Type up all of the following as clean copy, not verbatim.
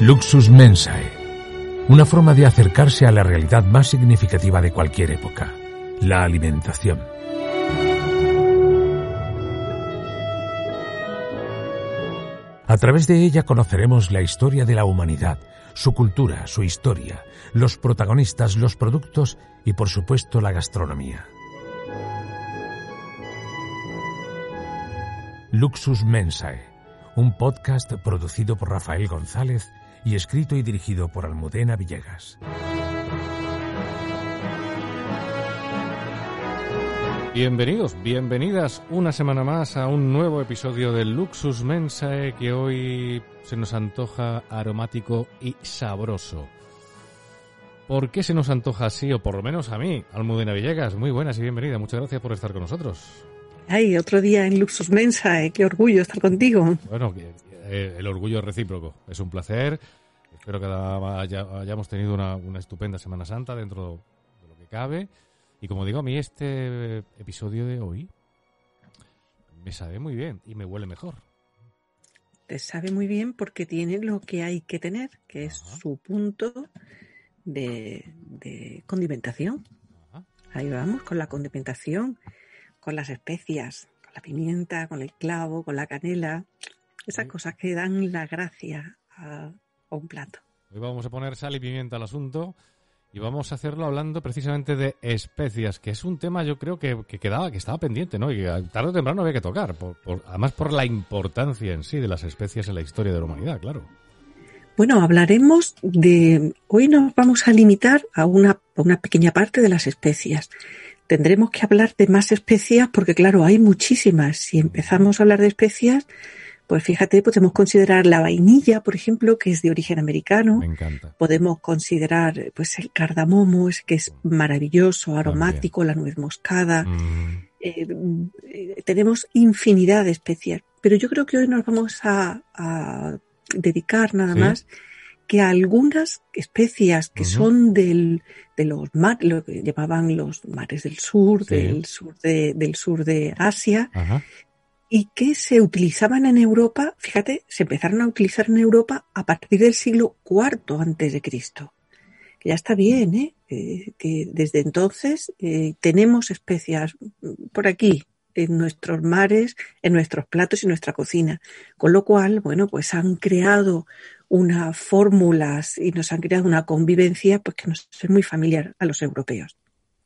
Luxus Mensae, una forma de acercarse a la realidad más significativa de cualquier época, la alimentación. A través de ella conoceremos la historia de la humanidad, su cultura, su historia, los protagonistas, los productos y, por supuesto, la gastronomía. Luxus Mensae, un podcast producido por Rafael González y escrito y dirigido por Almudena Villegas. Bienvenidos, bienvenidas una semana más a un nuevo episodio del Luxus Mensae, que hoy se nos antoja aromático y sabroso. ¿Por qué se nos antoja así? O por lo menos a mí, Almudena Villegas. Muy buenas y bienvenida. Muchas gracias por estar con nosotros. Ay, otro día en Luxus Mensae. Qué orgullo estar contigo. Bueno, el orgullo es recíproco. Es un placer. Espero que hayamos tenido una estupenda Semana Santa dentro de lo que cabe. Y como digo, a mí este episodio de hoy me sabe muy bien y me huele mejor. Te sabe muy bien porque tiene lo que hay que tener, que es su punto de condimentación. Ajá. Ahí vamos, con la condimentación, con las especias, con la pimienta, con el clavo, con la canela. Esas cosas que dan la gracia a un plato. Hoy vamos a poner sal y pimienta al asunto. Y vamos a hacerlo hablando precisamente de especias, que es un tema yo creo que estaba pendiente, ¿no? Y que tarde o temprano había que tocar, además por la importancia en sí de las especias en la historia de la humanidad, claro. Bueno, hablaremos hoy nos vamos a limitar a una pequeña parte de las especias. Tendremos que hablar de más especias porque, claro, hay muchísimas. Si empezamos a hablar de especias, pues fíjate, podemos considerar la vainilla, por ejemplo, que es de origen americano. Me encanta. Podemos considerar pues el cardamomo, que es maravilloso, aromático, también la nuez moscada. Tenemos infinidad de especias, pero yo creo que hoy nos vamos a dedicar nada más que a algunas especias que son de los mares, lo que llamaban los mares del sur, del sur de Asia. Ajá. Y que se utilizaban en Europa, fíjate, se empezaron a utilizar en Europa a partir del siglo IV a.C. Que ya está bien, que desde entonces tenemos especias por aquí, en nuestros mares, en nuestros platos y en nuestra cocina. Con lo cual, bueno, pues han creado unas fórmulas y nos han creado una convivencia pues que nos es muy familiar a los europeos.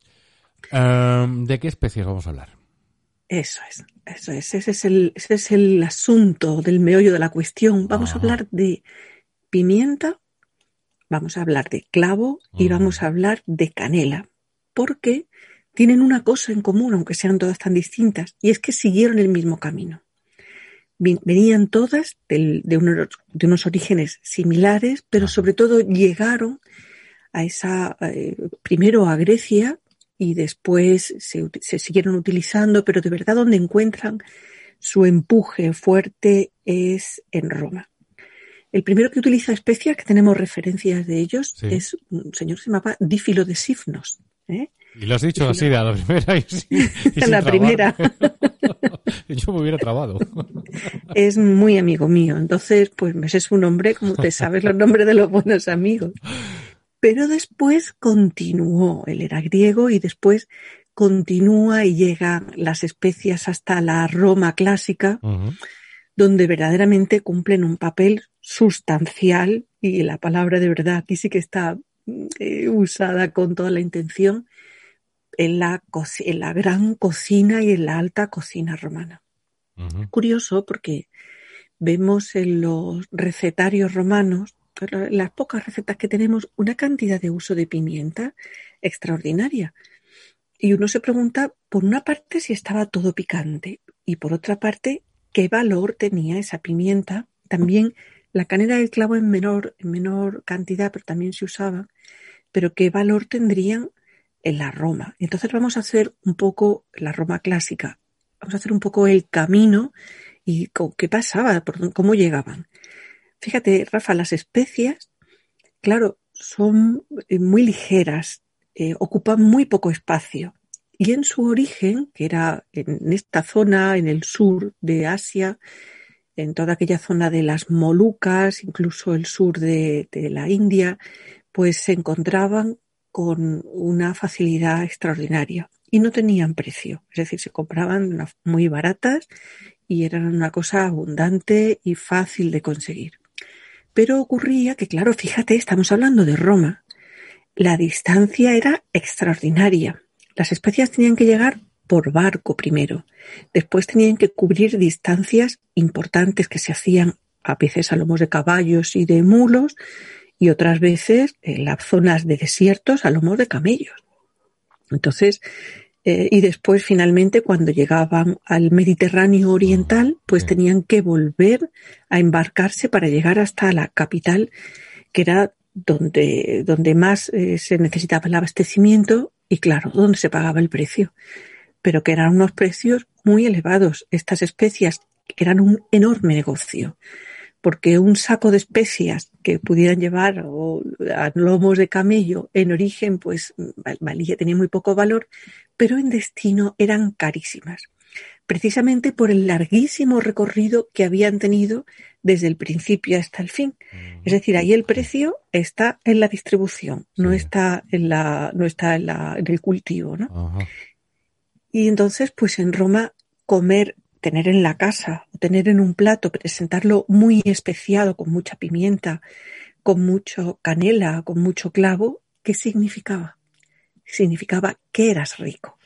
¿De qué especies vamos a hablar? Eso es. Ese es el asunto del meollo de la cuestión. Vamos a hablar de pimienta, vamos a hablar de clavo y vamos a hablar de canela, porque tienen una cosa en común, aunque sean todas tan distintas, y es que siguieron el mismo camino. Venían todas de unos orígenes similares, pero sobre todo llegaron a primero a Grecia, y después se siguieron utilizando, pero de verdad donde encuentran su empuje fuerte es en Roma. El primero que utiliza especias, que tenemos referencias de ellos, es un señor que se llamaba Dífilo de Sifnos. Y lo has dicho así, a la primera y la primera. Yo me hubiera trabado. Es muy amigo mío, entonces pues me sé su nombre como te sabes los nombres de los buenos amigos. Pero después continuó, él era griego y después continúa y llegan las especias hasta la Roma clásica, donde verdaderamente cumplen un papel sustancial, y la palabra de verdad aquí sí que está usada con toda la intención, en la gran cocina y en la alta cocina romana. Curioso porque vemos en los recetarios romanos, las pocas recetas que tenemos, una cantidad de uso de pimienta extraordinaria. Y uno se pregunta, por una parte, si estaba todo picante y por otra parte, qué valor tenía esa pimienta. También la canela y el clavo en menor cantidad, pero también se usaba. Pero qué valor tendrían en la Roma. Entonces vamos a hacer un poco la Roma clásica. Vamos a hacer un poco el camino y qué pasaba, cómo llegaban. Fíjate, Rafa, las especias, claro, son muy ligeras, ocupan muy poco espacio. Y en su origen, que era en esta zona, en el sur de Asia, en toda aquella zona de las Molucas, incluso el sur de la India, pues se encontraban con una facilidad extraordinaria y no tenían precio. Es decir, se compraban muy baratas y eran una cosa abundante y fácil de conseguir. Pero ocurría que, claro, fíjate, estamos hablando de Roma. La distancia era extraordinaria. Las especias tenían que llegar por barco primero. Después tenían que cubrir distancias importantes que se hacían a veces a lomos de caballos y de mulos y otras veces en las zonas de desiertos a lomos de camellos. Entonces, y después finalmente cuando llegaban al Mediterráneo oriental, pues tenían que volver a embarcarse para llegar hasta la capital, que era donde más se necesitaba el abastecimiento y claro, donde se pagaba el precio. Pero que eran unos precios muy elevados. Estas especias eran un enorme negocio, porque un saco de especias que pudieran llevar a lomos de camello en origen, pues tenía muy poco valor, pero en destino eran carísimas, precisamente por el larguísimo recorrido que habían tenido desde el principio hasta el fin. Es decir, ahí el precio está en la distribución, no está en el cultivo, ¿no? Ajá. Y entonces, pues en Roma, tener en la casa, o tener en un plato, presentarlo muy especiado, con mucha pimienta, con mucho canela, con mucho clavo, ¿qué significaba? Significaba que eras rico.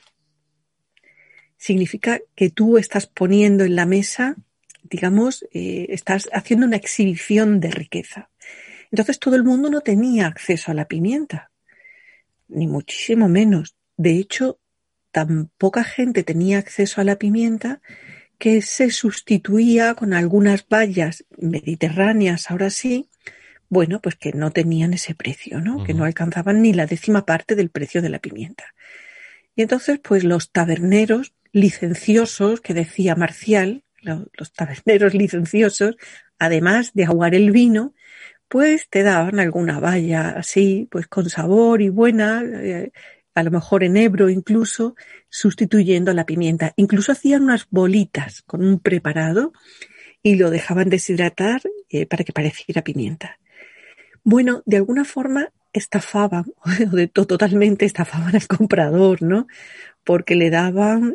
Significa que tú estás poniendo en la mesa, digamos, estás haciendo una exhibición de riqueza. Entonces todo el mundo no tenía acceso a la pimienta, ni muchísimo menos. De hecho, tan poca gente tenía acceso a la pimienta que se sustituía con algunas bayas mediterráneas, ahora sí, bueno, pues que no tenían ese precio, ¿no? Uh-huh. Que no alcanzaban ni la 10ª parte del precio de la pimienta. Y entonces, pues los taberneros licenciosos, que decía Marcial, los taberneros licenciosos, además de aguar el vino, pues te daban alguna baya así, pues con sabor y buena, a lo mejor en Ebro incluso, sustituyendo la pimienta. Incluso hacían unas bolitas con un preparado y lo dejaban deshidratar para que pareciera pimienta. Bueno, de alguna forma estafaban, totalmente estafaban al comprador, ¿no? Porque le daban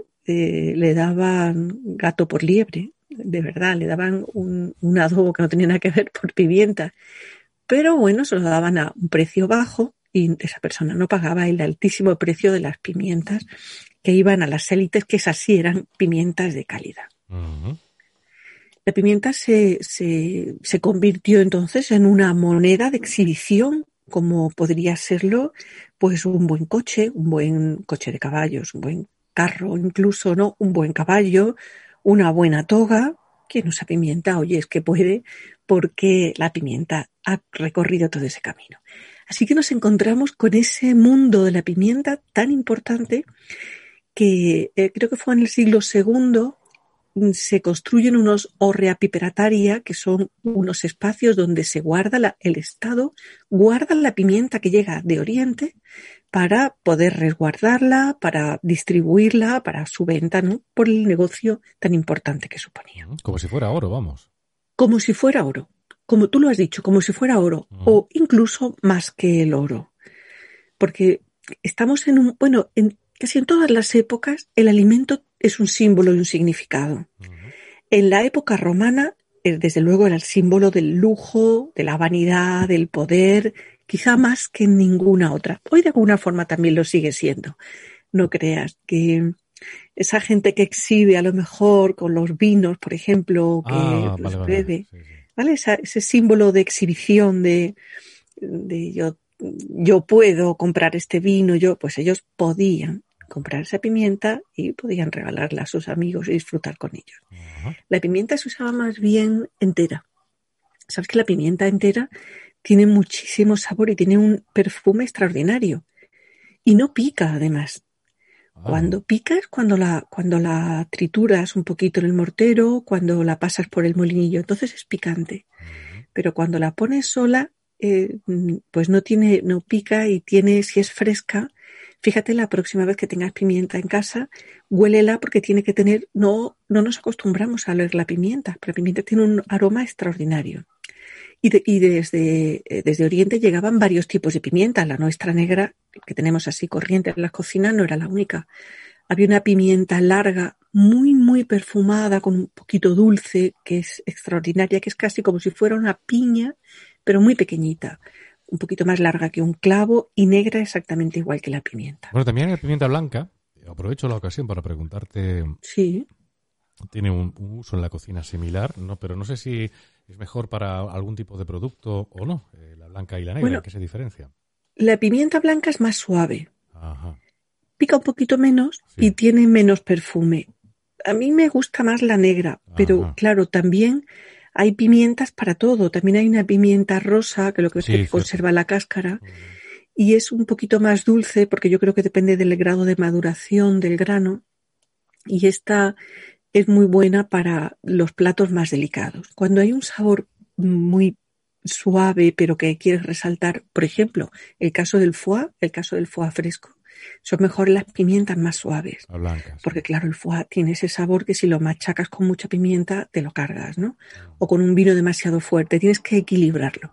gato por liebre, de verdad, le daban un adobo que no tenía nada que ver por pimienta. Pero bueno, se lo daban a un precio bajo y esa persona no pagaba el altísimo precio de las pimientas que iban a las élites, que esas sí eran pimientas de calidad. Uh-huh. La pimienta se convirtió entonces en una moneda de exhibición, como podría serlo pues un buen coche de caballos, un buen carro, incluso, ¿no? Un buen caballo, una buena toga. ¿Quién usa pimienta? Oye, es que puede, porque la pimienta ha recorrido todo ese camino. Así que nos encontramos con ese mundo de la pimienta tan importante que creo que fue en el siglo II, se construyen unos horrea piperataria, que son unos espacios donde se guarda el Estado guarda la pimienta que llega de Oriente para poder resguardarla, para distribuirla, para su venta, ¿no? Por el negocio tan importante que suponía. Como si fuera oro, vamos. Como si fuera oro. Como tú lo has dicho, como si fuera oro, o incluso más que el oro. Porque estamos casi en todas las épocas el alimento es un símbolo y un significado. Uh-huh. En la época romana, desde luego era el símbolo del lujo, de la vanidad, del poder, quizá más que en ninguna otra. Hoy de alguna forma también lo sigue siendo. No creas que esa gente que exhibe a lo mejor con los vinos, por ejemplo, que los bebe, sí. ¿Vale? Ese símbolo de exhibición de yo puedo comprar este vino, pues ellos podían comprar esa pimienta y podían regalarla a sus amigos y disfrutar con ellos. Uh-huh. La pimienta se usaba más bien entera. Sabes que la pimienta entera tiene muchísimo sabor y tiene un perfume extraordinario. Y no pica, además. Cuando pica es cuando la trituras un poquito en el mortero, cuando la pasas por el molinillo, entonces es picante. Pero cuando la pones sola, pues no pica y tiene, si es fresca, fíjate la próxima vez que tengas pimienta en casa, huélela porque tiene que tener, no nos acostumbramos a oler la pimienta, pero la pimienta tiene un aroma extraordinario. Y desde Oriente llegaban varios tipos de pimienta. La nuestra negra, que tenemos así corriente en las cocinas, no era la única. Había una pimienta larga, muy, muy perfumada, con un poquito dulce, que es extraordinaria, que es casi como si fuera una piña, pero muy pequeñita. Un poquito más larga que un clavo y negra exactamente igual que la pimienta. Bueno, también hay pimienta blanca. Aprovecho la ocasión para preguntarte. Sí. Tiene un uso en la cocina similar, ¿no? Pero no sé si es mejor para algún tipo de producto o no. La blanca y la negra, Bueno, ¿en qué se diferencia? La pimienta blanca es más suave. Ajá. Pica un poquito menos y Sí. tiene menos perfume. A mí me gusta más la negra, pero Ajá. claro, también hay pimientas para todo. También hay una pimienta rosa, que lo que es Sí, que cierto. conserva la cáscara, y es un poquito más dulce, porque yo creo que depende del grado de maduración del grano, y esta es muy buena para los platos más delicados. Cuando hay un sabor muy suave, pero que quieres resaltar, por ejemplo, el caso del foie fresco, son mejor las pimientas más suaves. La blanca, sí. Porque claro, el foie tiene ese sabor que si lo machacas con mucha pimienta te lo cargas, ¿no? O con un vino demasiado fuerte, tienes que equilibrarlo.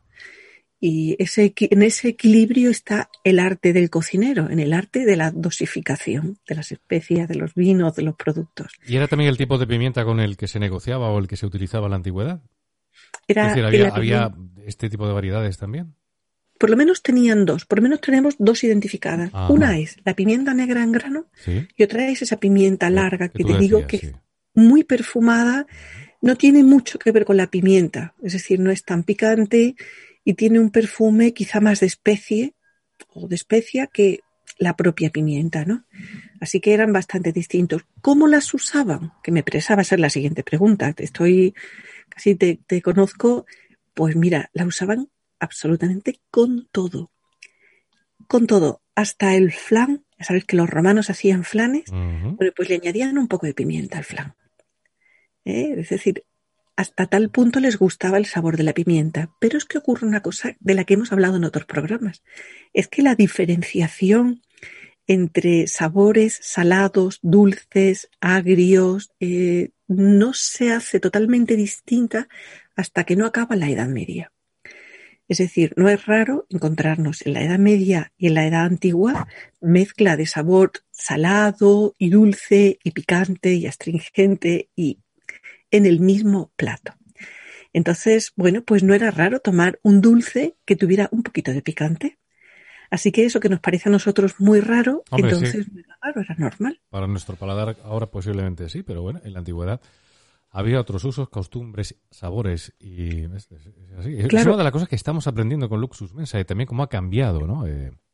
Y en ese equilibrio está el arte del cocinero, en el arte de la dosificación de las especias, de los vinos, de los productos. ¿Y era también el tipo de pimienta con el que se negociaba o el que se utilizaba en la antigüedad? Es Era decir, ¿había este tipo de variedades también? Por lo menos tenían dos, por lo menos tenemos dos identificadas. Ajá. Una es la pimienta negra en grano, Sí. y otra es esa pimienta larga que tú te digo decías, que sí. es muy perfumada, no tiene mucho que ver con la pimienta, es decir, no es tan picante y tiene un perfume quizá más de especie o de especia que la propia pimienta, ¿no? Así que eran bastante distintos. ¿Cómo las usaban? Que me presa va a ser la siguiente pregunta. Casi te conozco. Pues mira, la usaban absolutamente con todo. Con todo, hasta el flan. Ya sabes que los romanos hacían flanes. Uh-huh. Bueno, pues le añadían un poco de pimienta al flan. Es decir, hasta tal punto les gustaba el sabor de la pimienta. Pero es que ocurre una cosa de la que hemos hablado en otros programas. Es que la diferenciación entre sabores salados, dulces, agrios, no se hace totalmente distinta hasta que no acaba la Edad Media. Es decir, no es raro encontrarnos en la Edad Media y en la Edad Antigua mezcla de sabor salado y dulce y picante y astringente y en el mismo plato. Entonces, bueno, pues no era raro tomar un dulce que tuviera un poquito de picante. Así que eso que nos parece a nosotros muy raro, Hombre, entonces sí. no era raro, era normal. Para nuestro paladar ahora posiblemente sí, pero bueno, en la antigüedad había otros usos, costumbres, sabores y es así. Claro. Es una de las cosas que estamos aprendiendo con Luxus Mensa y también cómo ha cambiado, ¿no?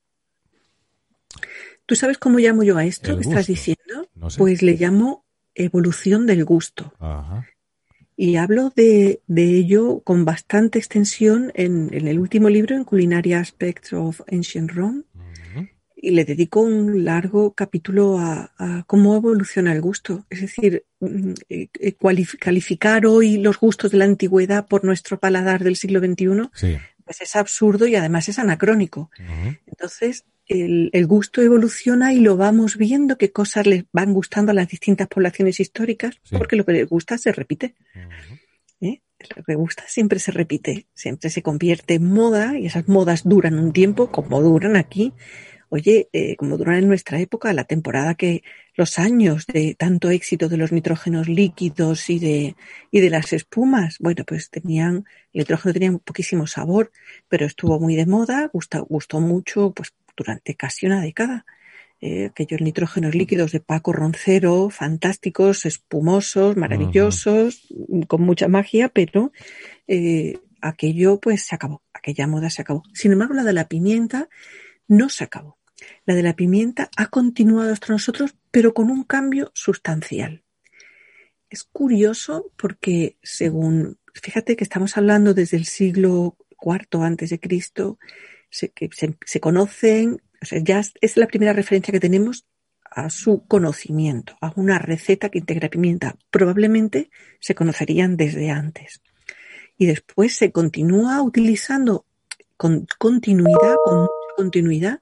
¿Tú sabes cómo llamo yo a esto que estás diciendo? No sé. Pues le llamo evolución del gusto. Ajá. Y hablo de ello con bastante extensión en el último libro, en Culinary Aspects of Ancient Rome. Uh-huh. Y le dedico un largo capítulo a cómo evoluciona el gusto. Es decir, calificar hoy los gustos de la antigüedad por nuestro paladar del siglo XXI, sí. Pues es absurdo y además es anacrónico. Uh-huh. Entonces, el gusto evoluciona y lo vamos viendo, qué cosas les van gustando a las distintas poblaciones históricas, sí. Porque lo que les gusta se repite. Uh-huh. Lo que gusta siempre se repite, siempre se convierte en moda y esas modas duran un tiempo, como duran aquí. Oye, como duran en nuestra época, la temporada los años de tanto éxito de los nitrógenos líquidos y de las espumas, bueno, pues el nitrógeno tenía poquísimo sabor, pero estuvo muy de moda, gustó mucho, pues durante casi una década. Aquellos nitrógenos líquidos de Paco Roncero, fantásticos, espumosos, maravillosos, uh-huh. Con mucha magia, pero aquello pues se acabó, aquella moda se acabó. Sin embargo, la de la pimienta no se acabó. La de la pimienta ha continuado hasta nosotros, pero con un cambio sustancial. Es curioso porque fíjate que estamos hablando desde el siglo IV antes de Cristo, se conocen, o sea, ya es la primera referencia que tenemos a su conocimiento, a una receta que integra pimienta. Probablemente se conocerían desde antes. Y después se continúa utilizando con mucha continuidad,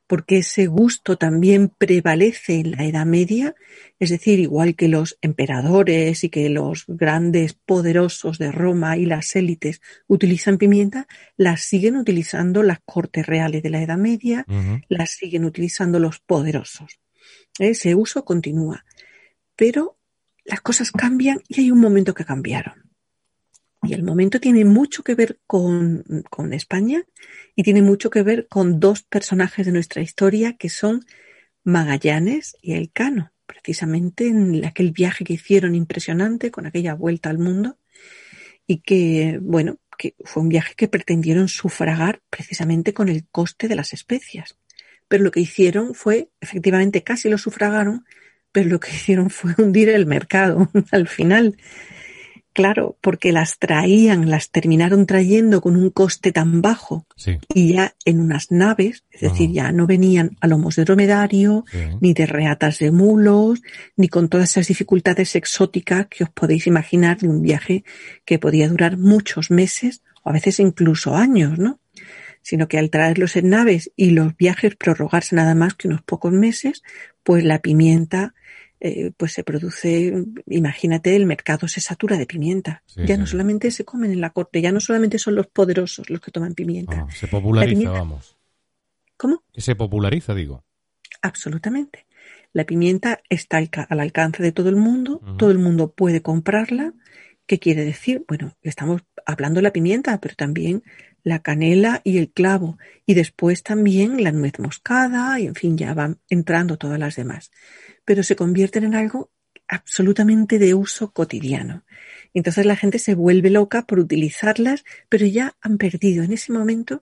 porque ese gusto también prevalece en la Edad Media, es decir, igual que los emperadores y que los grandes poderosos de Roma y las élites utilizan pimienta, las siguen utilizando las cortes reales de la Edad Media, las siguen utilizando los poderosos. Ese uso continúa, pero las cosas cambian y hay un momento que cambiaron. Y el momento tiene mucho que ver con España y tiene mucho que ver con dos personajes de nuestra historia que son Magallanes y Elcano, precisamente en aquel viaje que hicieron impresionante con aquella vuelta al mundo y que, bueno, que fue un viaje que pretendieron sufragar precisamente con el coste de las especias. Pero lo que hicieron fue, efectivamente casi lo sufragaron, pero lo que hicieron fue hundir el mercado al final. Claro, porque las terminaron trayendo con un coste tan bajo y ya en unas naves, es decir, ya no venían a lomos de dromedario, ni de reatas de mulos, ni con todas esas dificultades exóticas que os podéis imaginar de un viaje que podía durar muchos meses o a veces incluso años, ¿no? Sino que al traerlos en naves y los viajes prorrogarse nada más que unos pocos meses, pues la pimienta pues se produce, imagínate, el mercado se satura de pimienta. No solamente se comen en la corte, ya no solamente son los poderosos los que toman pimienta. Se populariza, pimienta, vamos. ¿Cómo? Que se populariza, digo. Absolutamente. La pimienta está al alcance de todo el mundo puede comprarla. ¿Qué quiere decir? Bueno, estamos hablando de la pimienta, pero también la canela y el clavo, y después también la nuez moscada, y en fin, ya van entrando todas las demás. Pero se convierten en algo absolutamente de uso cotidiano. Entonces la gente se vuelve loca por utilizarlas, pero ya han perdido, en ese momento,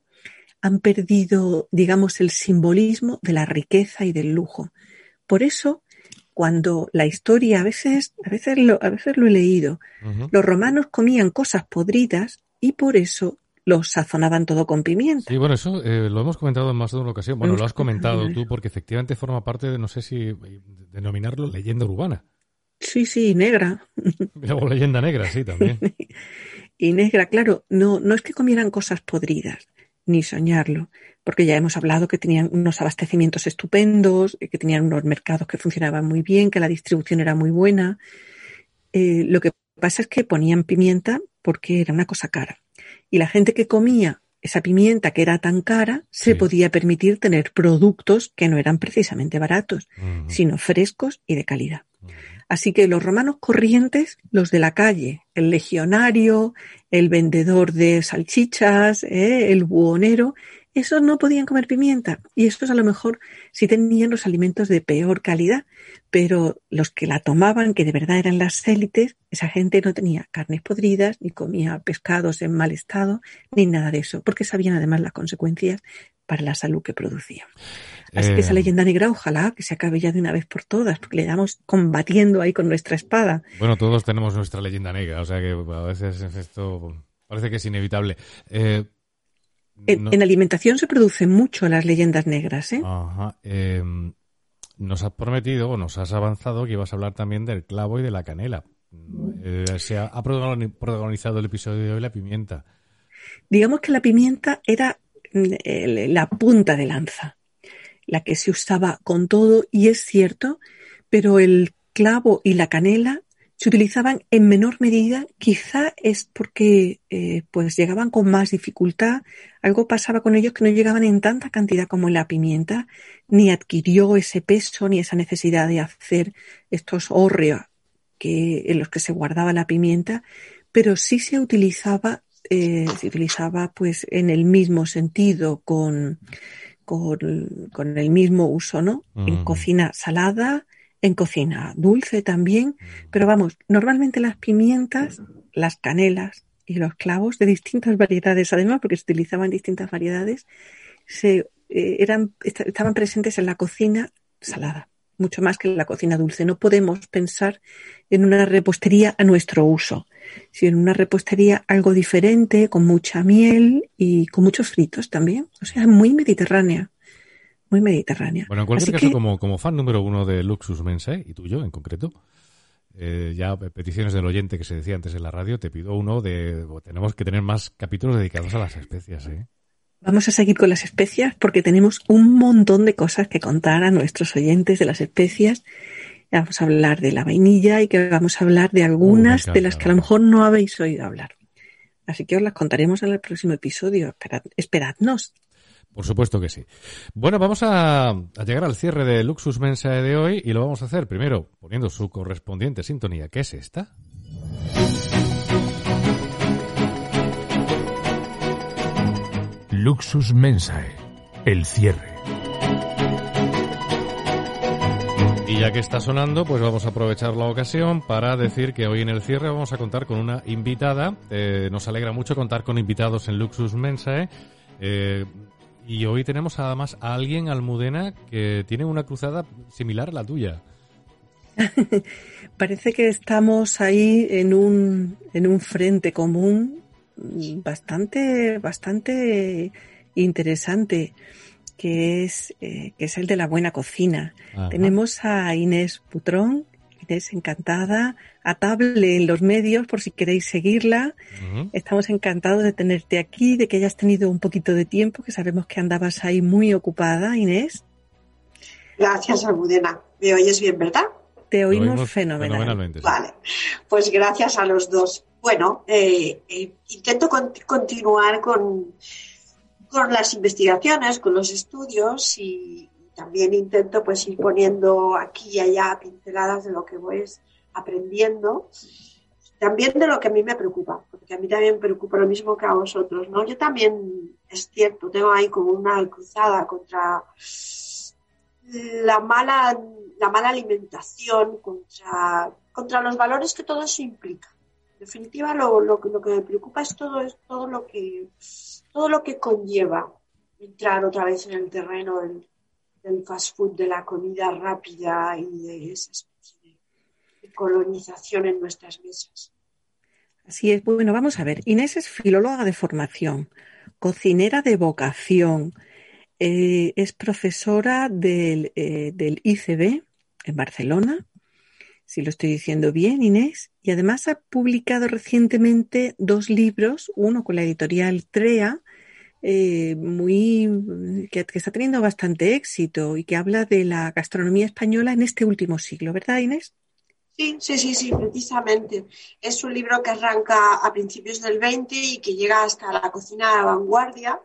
digamos, el simbolismo de la riqueza y del lujo. Por eso, cuando la historia, a veces lo he leído, los romanos comían cosas podridas y por eso lo sazonaban todo con pimienta. Sí, bueno, eso lo hemos comentado en más de una ocasión. Bueno, lo has comentado tú porque efectivamente forma parte de, no sé si denominarlo, leyenda urbana. Sí, negra. O leyenda negra, sí, también. Y negra, claro, no es que comieran cosas podridas, ni soñarlo, porque ya hemos hablado que tenían unos abastecimientos estupendos, que tenían unos mercados que funcionaban muy bien, que la distribución era muy buena. Lo que pasa es que ponían pimienta porque era una cosa cara. Y la gente que comía esa pimienta que era tan cara se podía permitir tener productos que no eran precisamente baratos, sino frescos y de calidad. Así que los romanos corrientes, los de la calle, el legionario, el vendedor de salchichas, el buhonero, esos no podían comer pimienta. Y estos a lo mejor sí tenían los alimentos de peor calidad, pero los que la tomaban, que de verdad eran las élites, esa gente no tenía carnes podridas, ni comía pescados en mal estado, ni nada de eso, porque sabían además las consecuencias para la salud que producían. Así que esa leyenda negra, ojalá que se acabe ya de una vez por todas, porque le damos combatiendo ahí con nuestra espada. Bueno, todos tenemos nuestra leyenda negra, o sea que a veces esto parece que es inevitable. En alimentación se producen mucho las leyendas negras, ¿eh? Ajá. Nos has prometido, o nos has avanzado, que ibas a hablar también del clavo y de la canela. Se ha protagonizado el episodio de hoy la pimienta. Digamos que la pimienta era la punta de lanza, la que se usaba con todo, y es cierto, pero el clavo y la canela se utilizaban en menor medida, quizá es porque pues llegaban con más dificultad. Algo pasaba con ellos que no llegaban en tanta cantidad como la pimienta, ni adquirió ese peso ni esa necesidad de hacer estos hórreos en los que se guardaba la pimienta, pero sí se utilizaba pues en el mismo sentido, con el mismo uso, ¿no? En cocina salada, en cocina dulce también, pero vamos, normalmente las pimientas, las canelas y los clavos de distintas variedades, además porque se utilizaban distintas variedades, estaban presentes en la cocina salada, mucho más que en la cocina dulce. No podemos pensar en una repostería a nuestro uso, sino en una repostería algo diferente, con mucha miel y con muchos fritos también, o sea, muy mediterránea. Muy mediterránea. Bueno, en cualquier caso, como fan número 1 de Luxus Mensae, y tuyo en concreto, ya peticiones del oyente que se decía antes en la radio, te pido tenemos que tener más capítulos dedicados a las especias, ¿eh? Vamos a seguir con las especias porque tenemos un montón de cosas que contar a nuestros oyentes de las especias. Vamos a hablar de la vainilla y que vamos a hablar de algunas de las que a lo mejor no habéis oído hablar. Así que os las contaremos en el próximo episodio. Esperadnos. Por supuesto que sí. Bueno, vamos a llegar al cierre de Luxus Mensae de hoy y lo vamos a hacer primero poniendo su correspondiente sintonía, que es esta. Luxus Mensae, el cierre. Y ya que está sonando, pues vamos a aprovechar la ocasión para decir que hoy en el cierre vamos a contar con una invitada. Nos alegra mucho contar con invitados en Luxus Mensae. Y hoy tenemos además a alguien, Almudena, que tiene una cruzada similar a la tuya. Parece que estamos ahí en un frente común bastante interesante, que es el de la buena cocina. Ajá. Tenemos a Inés Butrón. Inés, encantada, atable en los medios por si queréis seguirla. Uh-huh. Estamos encantados de tenerte aquí, de que hayas tenido un poquito de tiempo, que sabemos que andabas ahí muy ocupada, Inés. Gracias, Almudena. ¿Me oyes bien, verdad? Te oímos fenomenalmente. Sí. Vale, pues gracias a los dos. Bueno, intento continuar con las investigaciones, con los estudios y también intento pues ir poniendo aquí y allá pinceladas de lo que voy aprendiendo, también de lo que a mí me preocupa, porque a mí también me preocupa lo mismo que a vosotros, ¿no? Yo también, es cierto, tengo ahí como una cruzada contra la mala alimentación, contra los valores que todo eso implica. En definitiva, lo que me preocupa es todo lo que conlleva entrar otra vez en el terreno del fast food, de la comida rápida y de esa especie de colonización en nuestras mesas. Así es. Bueno, vamos a ver. Inés es filóloga de formación, cocinera de vocación, es profesora del ICB en Barcelona, si lo estoy diciendo bien, Inés, y además ha publicado recientemente 2 libros, uno con la editorial TREA, que está teniendo bastante éxito y que habla de la gastronomía española en este último siglo, ¿verdad, Inés? Sí, precisamente. Es un libro que arranca a principios del 20 y que llega hasta la cocina de vanguardia.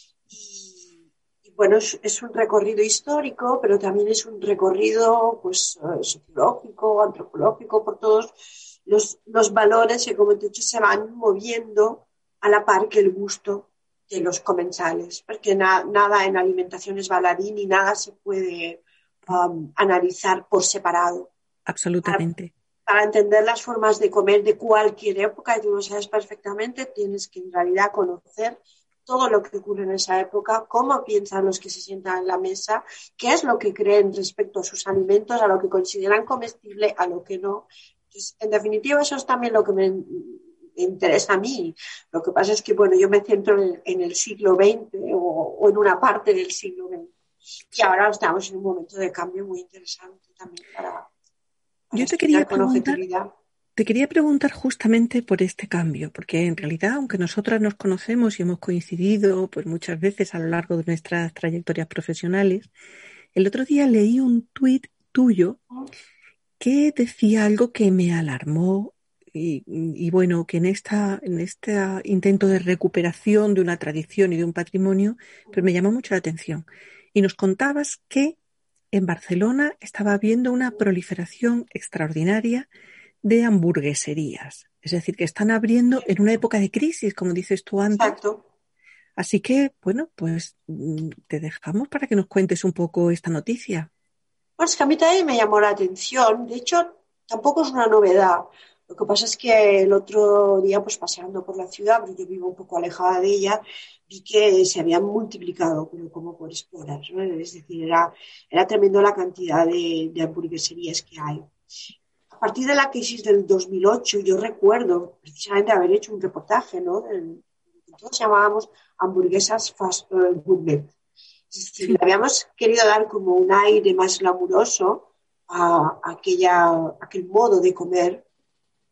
Y bueno, es un recorrido histórico, pero también es un recorrido pues sociológico, antropológico, por todos los valores que, como te he dicho, se van moviendo a la par que el gusto de los comensales, porque nada en alimentación es baladí ni nada se puede analizar por separado. Absolutamente. Para entender las formas de comer de cualquier época, y tú lo sabes perfectamente, tienes que en realidad conocer todo lo que ocurre en esa época, cómo piensan los que se sientan en la mesa, qué es lo que creen respecto a sus alimentos, a lo que consideran comestible, a lo que no. Entonces, en definitiva, eso es también lo que me interesa a mí. Lo que pasa es que, bueno, yo me centro en el siglo XX o en una parte del siglo XX. Y ahora estamos en un momento de cambio muy interesante también para yo te quería preguntar justamente por este cambio, porque en realidad, aunque nosotras nos conocemos y hemos coincidido pues muchas veces a lo largo de nuestras trayectorias profesionales, el otro día leí un tuit tuyo que decía algo que me alarmó y bueno, que en este intento de recuperación de una tradición y de un patrimonio, pues me llamó mucho la atención. Y nos contabas que en Barcelona estaba habiendo una proliferación extraordinaria de hamburgueserías. Es decir, que están abriendo en una época de crisis, como dices tú antes. Exacto. Así que, bueno, pues te dejamos para que nos cuentes un poco esta noticia. Pues que a mí también me llamó la atención. De hecho, tampoco es una novedad. Lo que pasa es que el otro día, pues paseando por la ciudad, porque yo vivo un poco alejada de ella, vi que se habían multiplicado, pero como por esporas, ¿no? Es decir, era tremendo la cantidad de hamburgueserías que hay. A partir de la crisis del 2008, yo recuerdo precisamente haber hecho un reportaje, ¿no? Todos llamábamos hamburguesas fast gourmet. Es decir, le habíamos querido dar como un aire más glamuroso a aquel modo de comer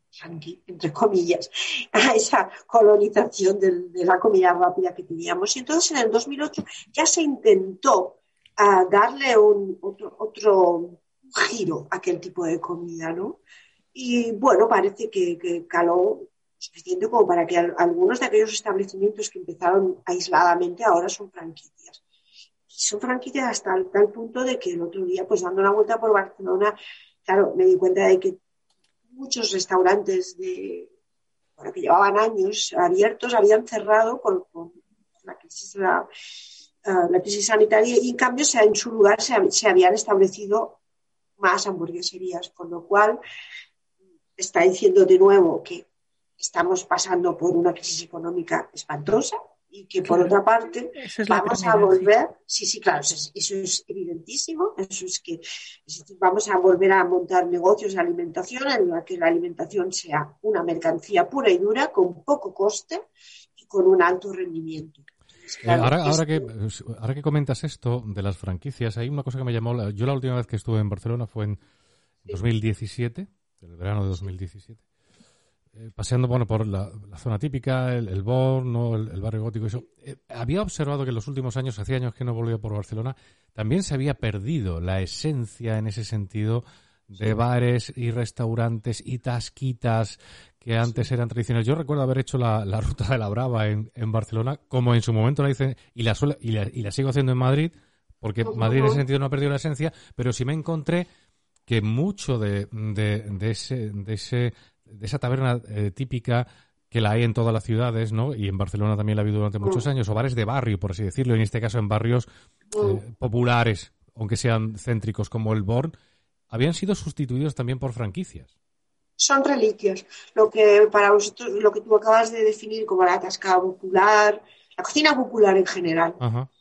tranqui, entre comillas, a esa colonización de la comida rápida que teníamos. Y entonces en el 2008 ya se intentó darle otro giro a aquel tipo de comida, ¿no? Y bueno, parece que caló suficiente como para que algunos de aquellos establecimientos que empezaron aisladamente ahora son franquicias. Y son franquicias hasta tal punto de que el otro día, pues dando una vuelta por Barcelona, claro, me di cuenta de que muchos restaurantes que llevaban años abiertos habían cerrado por la crisis, la crisis sanitaria, y en cambio en su lugar se habían establecido más hamburgueserías, con lo cual está diciendo de nuevo que estamos pasando por una crisis económica espantosa y que por otra parte vamos a volver, sí, claro, eso es evidentísimo, eso es que vamos a volver a montar negocios de alimentación en la que la alimentación sea una mercancía pura y dura, con poco coste y con un alto rendimiento. Claro, ahora que comentas esto de las franquicias, hay una cosa que me llamó, yo la última vez que estuve en Barcelona fue en 2017, el verano de 2017. Paseando por la zona típica, el Born, ¿no? el barrio gótico, eso. Había observado que en los últimos años, hacía años que no volvía por Barcelona, también se había perdido la esencia en ese sentido de bares y restaurantes y tasquitas que antes eran tradicionales. Yo recuerdo haber hecho la ruta de la Brava en Barcelona, como en su momento la hice, y la sigo haciendo en Madrid, porque Madrid en ese sentido no ha perdido la esencia, pero sí me encontré que mucho de esa taberna típica, que la hay en todas las ciudades, ¿no? Y en Barcelona también la ha habido durante muchos años, o bares de barrio, por así decirlo, y en este caso en barrios populares, aunque sean céntricos como el Born, habían sido sustituidos también por franquicias. Son reliquias. Lo que para vosotros, lo que tú acabas de definir como la tasca popular, la cocina popular en general,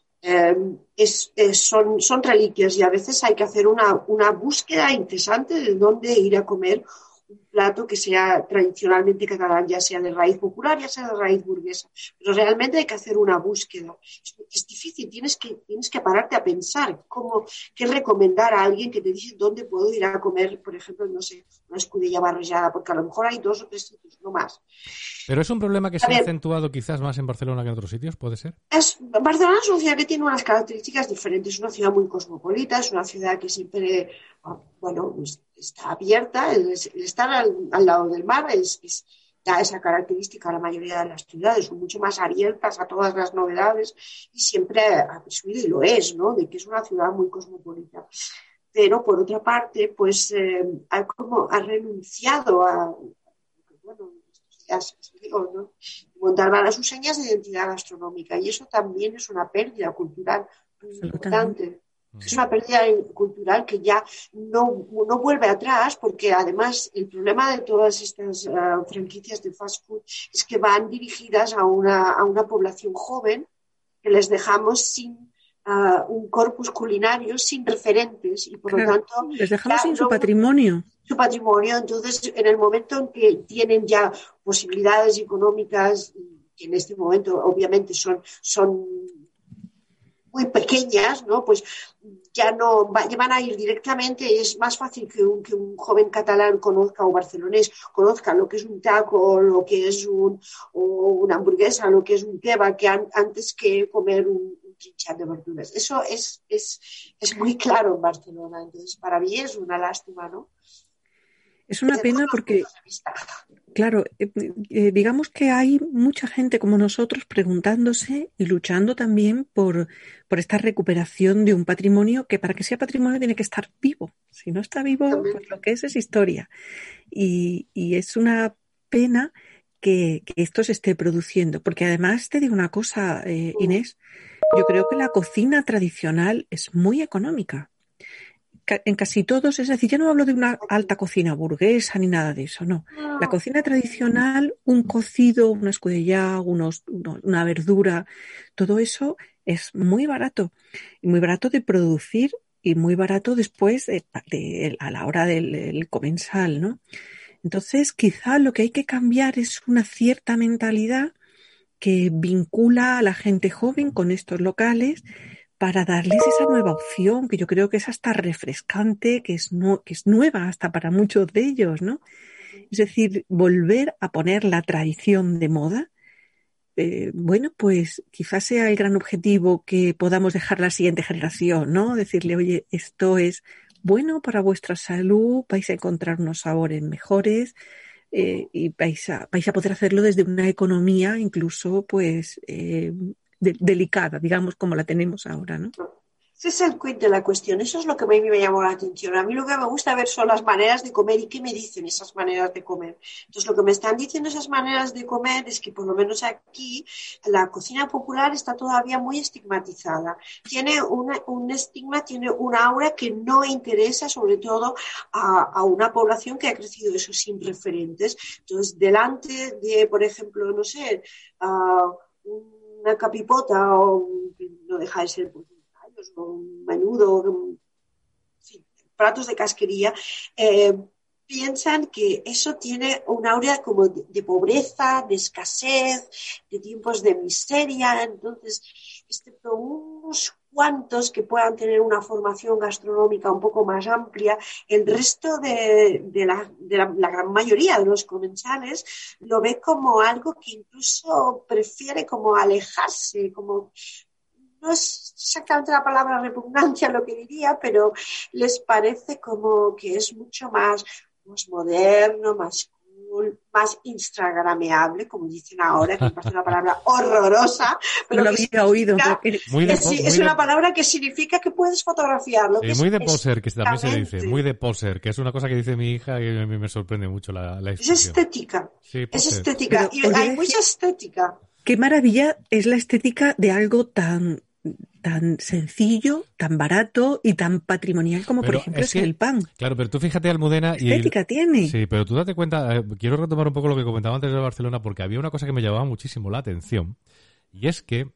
son reliquias, y a veces hay que hacer una búsqueda incesante de dónde ir a comer un plato que sea tradicionalmente catalán, ya sea de raíz popular, ya sea de raíz burguesa. Pero realmente hay que hacer una búsqueda. Es difícil, tienes que pararte a pensar qué recomendar a alguien que te dice dónde puedo ir a comer, por ejemplo, no sé, una escudella barrellada, porque a lo mejor hay 2 o 3 sitios, no más. Pero es un problema que se ha acentuado quizás más en Barcelona que en otros sitios, ¿puede ser? Barcelona es una ciudad que tiene unas características diferentes. Es una ciudad muy cosmopolita, es una ciudad que siempre, está abierta. El estar al lado del mar da esa característica a la mayoría de las ciudades. Son mucho más abiertas a todas las novedades, y siempre ha presumido, y lo es, ¿no?, de que es una ciudad muy cosmopolita. Pero, por otra parte, pues ha renunciado a... ¿no?, montar a sus señas de identidad gastronómica, y eso también es una pérdida cultural muy importante. Es una pérdida cultural que ya no vuelve atrás, porque además el problema de todas estas franquicias de fast food es que van dirigidas a una población joven, que les dejamos sin un corpus culinario, sin referentes, y por lo tanto les dejamos sin su patrimonio. Entonces, en el momento en que tienen ya posibilidades económicas, que en este momento obviamente son muy pequeñas, ¿no?, pues ya van a ir directamente. Es más fácil que un joven catalán conozca, o barcelonés conozca, lo que es un taco, lo que es una hamburguesa, lo que es un kebab, que antes que comer un trinchar de verduras. Eso es muy claro en Barcelona. Entonces, para mí es una lástima, ¿no? Es una pena porque, claro, digamos que hay mucha gente como nosotros preguntándose y luchando también por esta recuperación de un patrimonio que, para que sea patrimonio, tiene que estar vivo. Si no está vivo, pues lo que es historia. Y es una pena que esto se esté produciendo, porque además te digo una cosa, Inés, yo creo que la cocina tradicional es muy económica. En casi todos, es decir, ya no hablo de una alta cocina burguesa ni nada de eso, no. La cocina tradicional, un cocido, una escudella, una verdura, todo eso es muy barato. Y muy barato de producir, y muy barato después a la hora del comensal, ¿no? Entonces, quizá lo que hay que cambiar es una cierta mentalidad que vincula a la gente joven con estos locales, para darles esa nueva opción, que yo creo que es hasta refrescante, que es nueva hasta para muchos de ellos, ¿no? Es decir, volver a poner la tradición de moda. Bueno, pues quizás sea el gran objetivo que podamos dejar a la siguiente generación, ¿no? Decirle, oye, esto es bueno para vuestra salud, vais a encontrar unos sabores mejores y vais a poder hacerlo desde una economía incluso, pues, delicada, digamos, como la tenemos ahora, ¿no? Ese es el quid de la cuestión. Eso es lo que a mí me llamó la atención. A mí lo que me gusta ver son las maneras de comer y qué me dicen esas maneras de comer. Entonces, lo que me están diciendo esas maneras de comer es que, por lo menos aquí, la cocina popular está todavía muy estigmatizada. Tiene un estigma, tiene un aura que no interesa, sobre todo, a una población que ha crecido eso sin referentes. Entonces, delante de, por ejemplo, no sé, una capipota o no deja de ser o un menudo, en fin, platos de casquería, piensan que eso tiene un aura como de pobreza, de escasez, de tiempos de miseria. Entonces, excepto unos cuantos que puedan tener una formación gastronómica un poco más amplia, el resto de la gran mayoría de los comensales lo ve como algo que incluso prefiere como alejarse, como... No es exactamente la palabra repugnancia lo que diría, pero les parece como que es mucho más moderno, más cool, más instagrameable, como dicen ahora, que me parece una palabra horrorosa. Pero no lo había oído. Es una palabra que significa que puedes fotografiarlo. Sí, muy de poser, que también se dice, muy de poser, que es una cosa que dice mi hija y a mí me sorprende mucho la expresión. Es estética. Sí, es estética. Pero, y hay mucha estética. Qué maravilla es la estética de algo tan sencillo, tan barato y tan patrimonial como, pero por ejemplo, es el pan. Claro, pero tú fíjate, Almudena... Estética tiene. Sí, pero tú date cuenta, quiero retomar un poco lo que comentaba antes de Barcelona, porque había una cosa que me llamaba muchísimo la atención, y es que,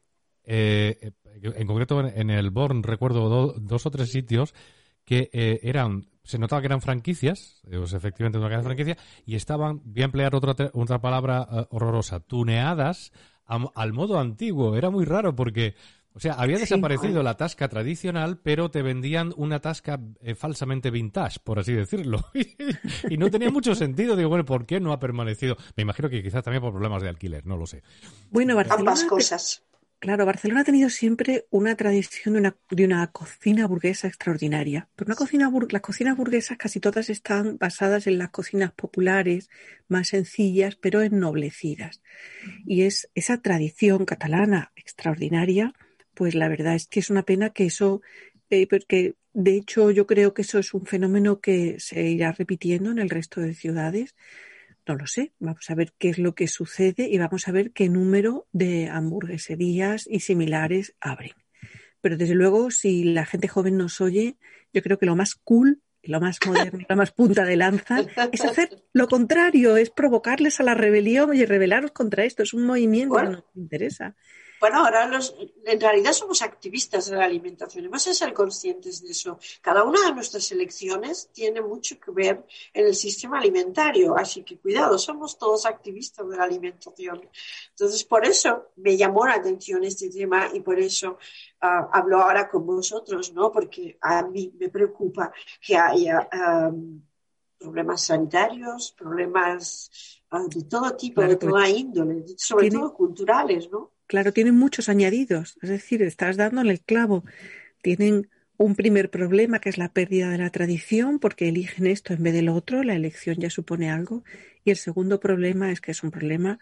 en concreto en el Born, recuerdo dos o tres sitios que se notaba que eran franquicias, pues efectivamente una cadena de franquicia, y estaban, voy a emplear otra palabra horrorosa, tuneadas al modo antiguo. Era muy raro porque... O sea, había desaparecido la tasca tradicional, pero te vendían una tasca falsamente vintage, por así decirlo. Y no tenía mucho sentido. Digo, bueno, ¿por qué no ha permanecido? Me imagino que quizás también por problemas de alquiler, no lo sé. Bueno, Barcelona... Ambas cosas. Claro, Barcelona ha tenido siempre una tradición de una cocina burguesa extraordinaria. Pero las cocinas burguesas casi todas están basadas en las cocinas populares, más sencillas, pero ennoblecidas. Y es esa tradición catalana extraordinaria. Pues la verdad es que es una pena que eso, porque de hecho yo creo que eso es un fenómeno que se irá repitiendo en el resto de ciudades. No lo sé, vamos a ver qué es lo que sucede y vamos a ver qué número de hamburgueserías y similares abren. Pero desde luego, si la gente joven nos oye, yo creo que lo más cool, lo más moderno, lo más punta de lanza es hacer lo contrario, es provocarles a la rebelión y rebelaros contra esto. Es un movimiento que nos interesa. Bueno, ahora en realidad somos activistas de la alimentación, hemos de ser conscientes de eso. Cada una de nuestras elecciones tiene mucho que ver en el sistema alimentario, así que cuidado, somos todos activistas de la alimentación. Entonces, por eso me llamó la atención este tema y por eso hablo ahora con vosotros, ¿no? Porque a mí me preocupa que haya problemas sanitarios, problemas de todo tipo, claro, de toda índole, sobre todo culturales, ¿no? Claro, tienen muchos añadidos, es decir, estás dándole el clavo. Tienen un primer problema que es la pérdida de la tradición porque eligen esto en vez del otro, la elección ya supone algo. Y el segundo problema es que es un problema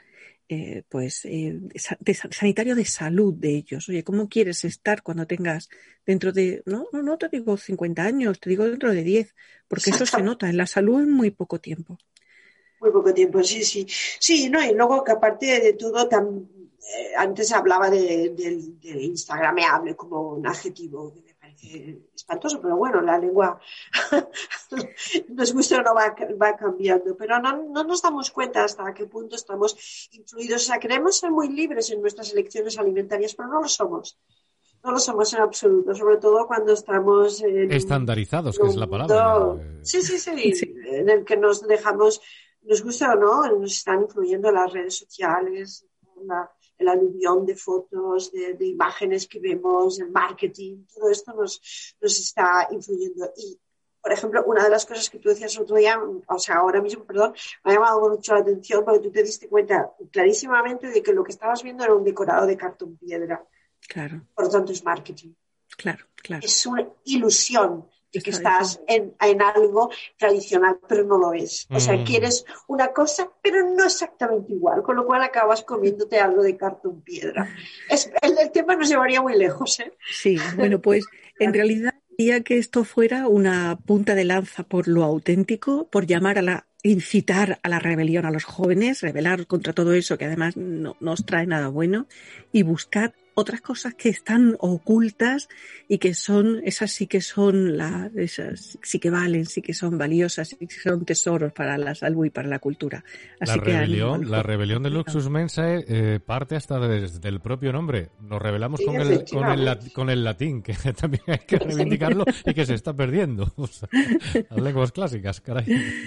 sanitario de salud de ellos. Oye, ¿cómo quieres estar cuando tengas dentro de, no te digo 50 años, te digo dentro de 10, porque eso se nota en la salud en muy poco tiempo. Muy poco tiempo, sí. Sí, no, y luego que aparte de todo antes hablaba del instagrameable como un adjetivo que me parece espantoso, pero bueno, la lengua nos gusta o no va cambiando, pero no nos damos cuenta hasta qué punto estamos influidos. O sea, queremos ser muy libres en nuestras elecciones alimentarias, pero no lo somos. No lo somos en absoluto, sobre todo cuando estamos estandarizados, que es la palabra. Sí, en el que nos dejamos, nos gusta o no, nos están influyendo las redes sociales, el aluvión de fotos, de imágenes que vemos, el marketing, todo esto nos está influyendo. Y por ejemplo, una de las cosas que tú decías otro día, o sea, ahora mismo, perdón, me ha llamado mucho la atención porque tú te diste cuenta clarísimamente de que lo que estabas viendo era un decorado de cartón piedra. Claro. Por lo tanto, es marketing. Claro. Es una ilusión de que estás en algo tradicional, pero no lo es. O sea, quieres una cosa, pero no exactamente igual, con lo cual acabas comiéndote algo de cartón piedra. El tema nos llevaría muy lejos, ¿eh? Sí, bueno, pues en realidad quería que esto fuera una punta de lanza por lo auténtico, por incitar a la rebelión a los jóvenes, rebelar contra todo eso que además no nos trae nada bueno, y buscar otras cosas que están ocultas y que esas sí que son esas sí que valen, sí que son valiosas, sí que son tesoros para la salud y para la cultura. Así La rebelión de Luxus Mensae parte hasta desde el propio nombre. Nos rebelamos con el latín, que también hay que reivindicarlo y que se está perdiendo. O sea, las lenguas clásicas, caray.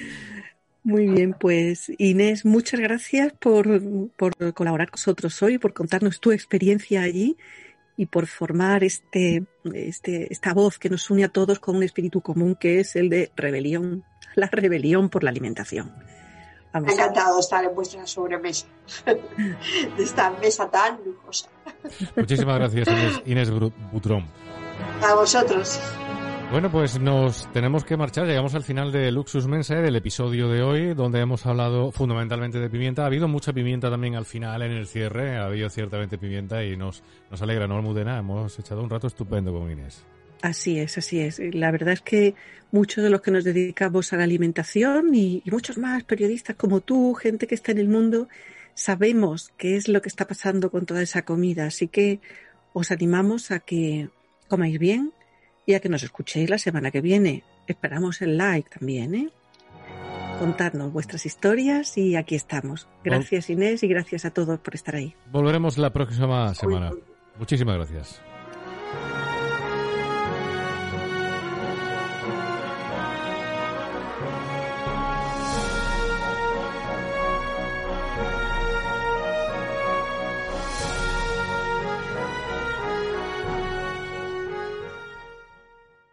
Muy bien, pues Inés, muchas gracias por colaborar con nosotros hoy, por contarnos tu experiencia allí y por formar esta voz que nos une a todos con un espíritu común que es el de rebelión, la rebelión por la alimentación. Me ha encantado estar en vuestra sobremesa, de esta mesa tan lujosa. Muchísimas gracias, Inés Butrón. A vosotros. Bueno, pues nos tenemos que marchar. Llegamos al final de Luxus Mensae, del episodio de hoy, donde hemos hablado fundamentalmente de pimienta. Ha habido mucha pimienta también al final, en el cierre. Ha habido ciertamente pimienta y nos alegra, ¿no, Almudena? Hemos echado un rato estupendo con Inés. Así es. La verdad es que muchos de los que nos dedicamos a la alimentación y muchos más periodistas como tú, gente que está en el mundo, sabemos qué es lo que está pasando con toda esa comida. Así que os animamos a que comáis bien y a que nos escuchéis la semana que viene. Esperamos el like también, ¿eh? Contadnos vuestras historias y aquí estamos. Gracias, Inés, y gracias a todos por estar ahí. Volveremos la próxima semana. Muchísimas gracias.